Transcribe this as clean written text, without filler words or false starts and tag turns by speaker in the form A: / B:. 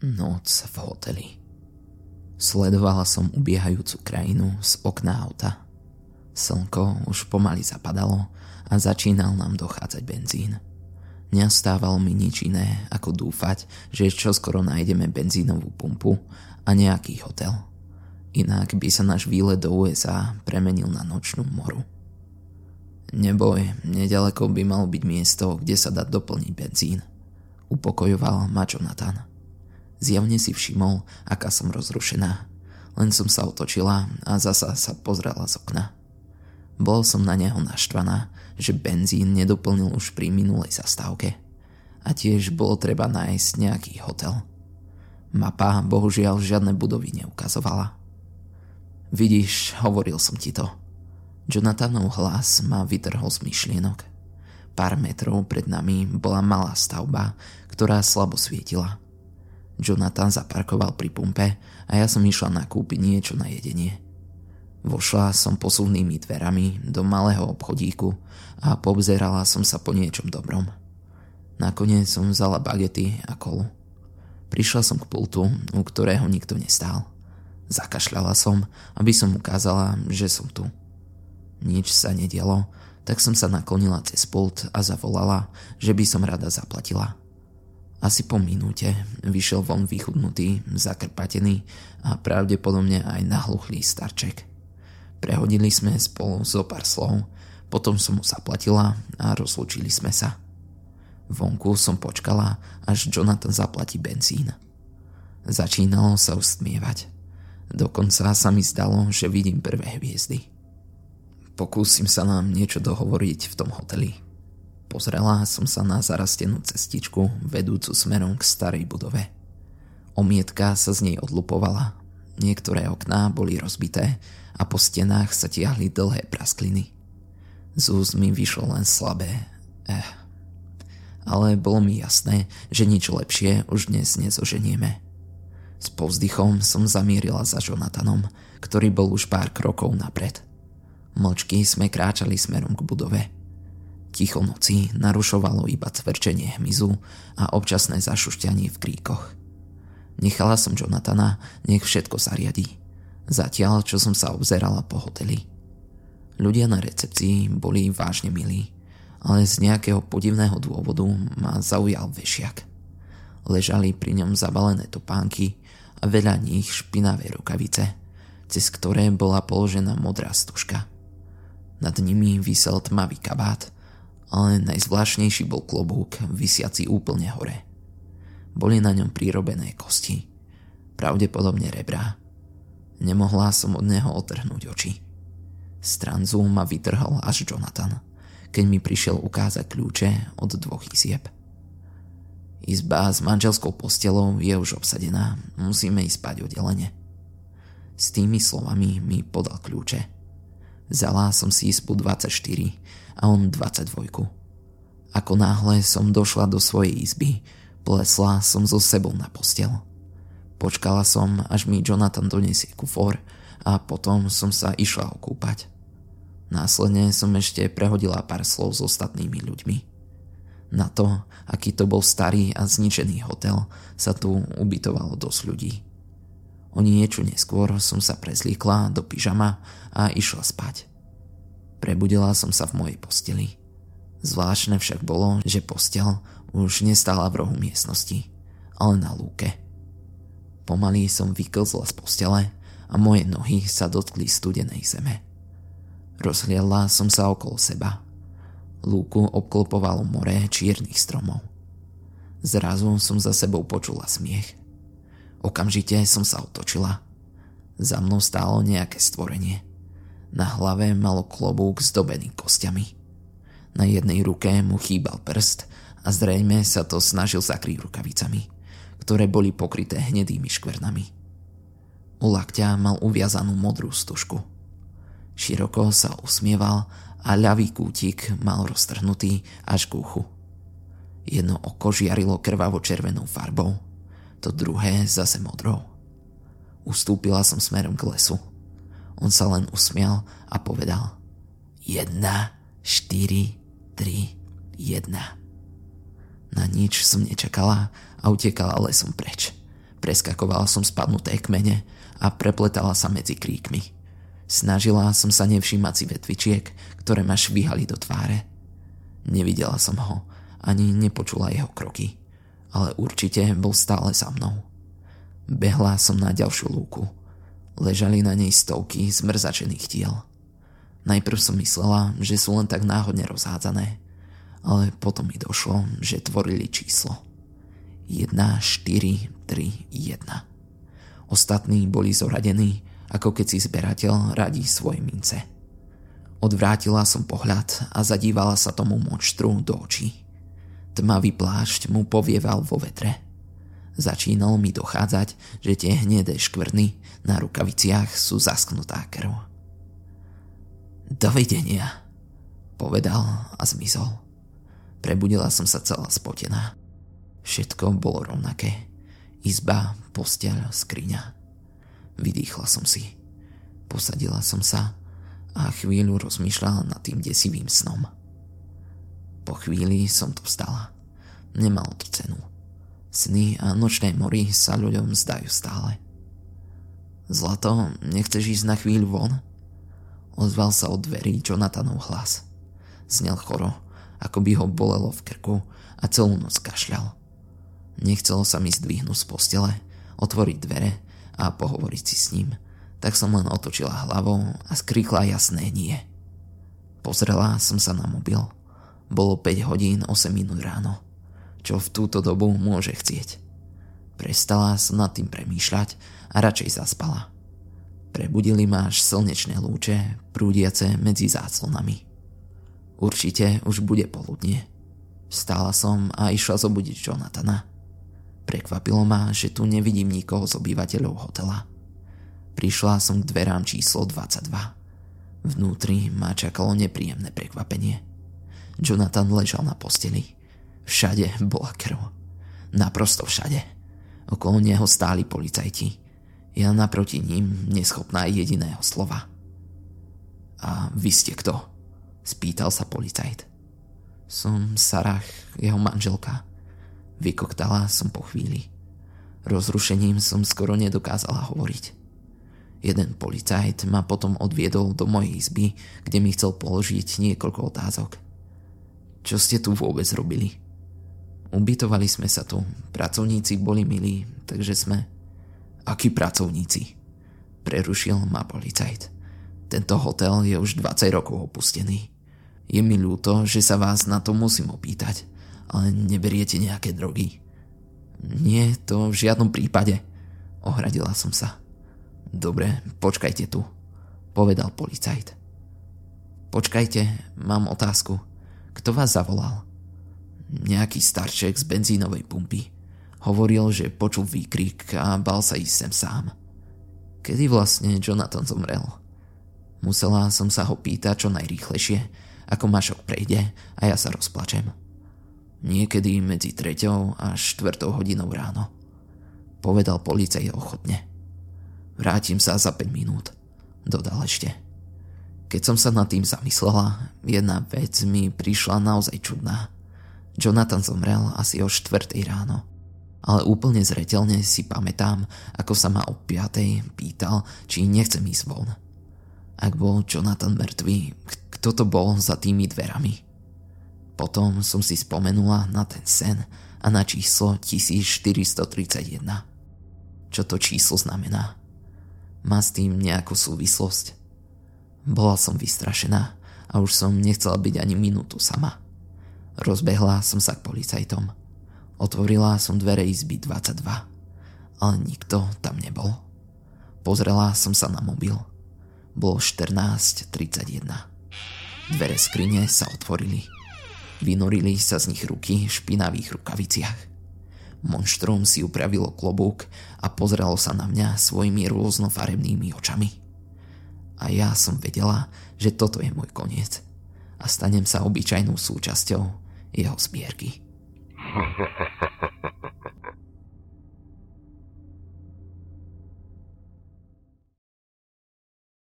A: Noc v hoteli. Sledovala som ubiehajúcu krajinu z okna auta. Slnko už pomaly zapadalo a začínal nám dochádzať benzín. Neostávalo mi nič iné, ako dúfať, že čoskoro nájdeme benzínovú pumpu a nejaký hotel. Inak by sa náš výlet do USA premenil na nočnú moru. Neboj, nedaleko by malo byť miesto, kde sa dá doplniť benzín. Upokojoval ma Jonathan. Zjavne si všimol, aká som rozrušená. Len som sa otočila a zasa sa pozrela z okna. Bol som na neho naštvaná, že benzín nedoplnil už pri minulej zastávke. A tiež bolo treba nájsť nejaký hotel. Mapa bohužiaľ žiadne budovy neukazovala. Vidíš, hovoril som ti to. Jonathanov hlas ma vytrhol z myšlienok. Pár metrov pred nami bola malá stavba, ktorá slabo svietila. Jonathan zaparkoval pri pumpe a ja som išla nakúpiť niečo na jedenie. Vošla som posuvnými dverami do malého obchodíku a poobzerala som sa po niečom dobrom. Nakoniec som vzala bagety a kolu. Prišla som k pultu, u ktorého nikto nestál. Zakašľala som, aby som ukázala, že som tu. Nič sa nedialo, tak som sa naklonila cez pult a zavolala, že by som rada zaplatila. Asi po minúte vyšiel von vychudnutý, zakrpatený a pravdepodobne aj nahluchlý starček. Prehodili sme spolu zo pár slov, potom som mu zaplatila a rozlúčili sme sa. Vonku som počkala, až Jonathan zaplatí benzín. Začínalo sa usmievať. Dokonca sa mi zdalo, že vidím prvé hviezdy. Pokúsim sa nám niečo dohovoriť v tom hoteli. Pozrela som sa na zarastenú cestičku vedúcu smerom k starej budove. Omietka sa z nej odlupovala. Niektoré okná boli rozbité a po stenách sa tiahli dlhé praskliny. Z úst mi vyšlo len slabé Ale bolo mi jasné, že nič lepšie už dnes nezoženieme. S povzdychom som zamierila za Jonathanom, ktorý bol už pár krokov napred. Mlčky sme kráčali smerom k budove. Ticho noci narušovalo iba cvrčenie hmyzu a občasné zašušťanie v kríkoch. Nechala som Jonathana, nech všetko zariadí. Zatiaľ, čo som sa obzerala po hoteli. Ľudia na recepcii boli vážne milí, ale z nejakého podivného dôvodu ma zaujal vešiak. Ležali pri ňom zabalené topánky a veľa nich špinavé rukavice, cez ktoré bola položená modrá stužka. Nad nimi visel tmavý kabát, ale najzvláštnejší bol klobúk visiaci úplne hore. Boli na ňom prirobené kosti, pravdepodobne rebrá. Nemohla som od neho otrhnúť oči. Z tranzu ma vytrhol až Jonathan, keď mi prišiel ukázať kľúče od 2 izieb. Izba s manželskou postelou je už obsadená, musíme ísť spať oddelenie. S tými slovami mi podal kľúče. Vzala som si izbu 24 a on 22. Ako náhle som došla do svojej izby, plesla som so sebou na posteľ. Počkala som, až mi Jonathan donesie kufor a potom som sa išla okúpať. Následne som ešte prehodila pár slov s ostatnými ľuďmi. Na to, aký to bol starý a zničený hotel, sa tu ubytovalo dosť ľudí. O niečo neskôr som sa prezliekla do pyžama a išla spať. Prebudila som sa v mojej posteli. Zvláštne však bolo, že posteľ už nestála v rohu miestnosti, ale na lúke. Pomaly som vyklzla z postele a moje nohy sa dotkli studenej zeme. Rozhliadla som sa okolo seba. Lúku obklopovalo more čiernych stromov. Zrazu som za sebou počula smiech. Okamžite som sa otočila. Za mnou stálo nejaké stvorenie. Na hlave malo klobúk zdobený kostiami. Na jednej ruke mu chýbal prst a zrejme sa to snažil zakryť rukavicami, ktoré boli pokryté hnedými škvernami. U lakťa mal uviazanú modrú stužku. Široko sa usmieval a ľavý kútik mal roztrhnutý až k uchu. Jedno oko žiarilo krvavo červenou farbou, to druhé zase modrou. Ustúpila som smerom k lesu. On sa len usmial a povedal: 1, 4, 3, 1. Na nič som nečakala a utekala lesom preč. Preskakovala som spadnuté kmene a prepletala sa medzi kríkmi. Snažila som sa nevšímať si vetvičiek, ktoré ma švíhali do tváre. Nevidela som ho, ani nepočula jeho kroky, ale určite bol stále za mnou. Behla som na ďalšiu lúku. Ležali na nej stovky zmrzačených tiel. Najprv som myslela, že sú len tak náhodne rozhádzané, ale potom mi došlo, že tvorili číslo. 1, 4, 3, 1. Ostatní boli zoradení, ako keď si zberateľ radí svoje mince. Odvrátila som pohľad a zadívala sa tomu monštru do očí. Tmavý plášť mu povieval vo vetre. Začínalo mi dochádzať, že tie hnedé škvrny na rukaviciach sú zaschnutá krv. Dovidenia, povedal a zmizol. Prebudila som sa celá spotená. Všetko bolo rovnaké. Izba, posteľ, skriňa. Vydýchla som si. Posadila som sa a chvíľu rozmýšľala nad tým desivým snom. Po chvíli som to vstala. Nemalo to cenu. Sny a nočné mory sa ľuďom zdajú stále. Zlato, nechceš ísť na chvíľu von? Ozval sa od dverí Jonathanov hlas. Znel choro, ako by ho bolelo v krku a celú noc kašľal. Nechcelo sa mi zdvihnúť z postele, otvoriť dvere a pohovoriť si s ním, tak som len otočila hlavou a skríkla jasné nie. Pozrela som sa na mobil. Bolo 5 hodín 8 minút ráno. Čo v túto dobu môže chcieť? Prestala som nad tým premýšľať a radšej zaspala. Prebudili ma až slnečné lúče, prúdiace medzi záclonami. Určite už bude poludnie. Vstala som a išla zobudiť Jonathana. Prekvapilo ma, že tu nevidím nikoho z obyvateľov hotela. Prišla som k dverám číslo 22. Vnútri ma čakalo nepríjemné prekvapenie. Jonathan ležal na posteli. Všade bola krv. Naprosto všade. Okolo neho stáli policajti. Ja naproti ním, neschopná jediného slova. A vy ste kto? Spýtal sa policajt. Som Sarah, jeho manželka. Vykoktala som po chvíli. Rozrušením som skoro nedokázala hovoriť. Jeden policajt ma potom odviedol do mojej izby, kde mi chcel položiť niekoľko otázok. Čo ste tu vôbec robili? Ubytovali sme sa tu. Pracovníci boli milí, takže sme... Akí pracovníci? Prerušil ma policajt. Tento hotel je už 20 rokov opustený. Je mi ľúto, že sa vás na to musím opýtať, ale neberiete nejaké drogy? Nie, to v žiadnom prípade. Ohradila som sa. Dobre, počkajte tu, povedal policajt. Počkajte, mám otázku. Kto vás zavolal? Nejaký starček z benzínovej pumpy. Hovoril, že počul výkrik a bal sa ísť sem sám. Kedy vlastne Jonathan zomrel? Musela som sa ho pýtať čo najrýchlejšie, ako ma šok prejde a ja sa rozplačem. Niekedy medzi 3. a 4. hodinou ráno, povedal policajt ochotne. Vrátim sa za 5 minút, dodal ešte. Keď som sa nad tým zamyslela, jedna vec mi prišla naozaj čudná. Jonathan zomrel asi o 4. ráno, ale úplne zreteľne si pamätám, ako sa ma o 5. pýtal, či nechcem ísť von. Ak bol Jonathan mŕtvý, kto to bol za tými dverami? Potom som si spomenula na ten sen a na číslo 1431. Čo to číslo znamená? Má s tým nejakú súvislosť? Bola som vystrašená a už som nechcela byť ani minútu sama. Rozbehla som sa k policajtom. Otvorila som dvere izby 22, ale nikto tam nebol. Pozrela som sa na mobil. Bolo 14:31. Dvere skrine sa otvorili. Vynorili sa z nich ruky v špinavých rukaviciach. Monštrum si upravilo klobúk a pozrelo sa na mňa svojimi rôznofarebnými očami. A ja som vedela, že toto je môj koniec a stanem sa obyčajnou súčasťou jeho zbierky.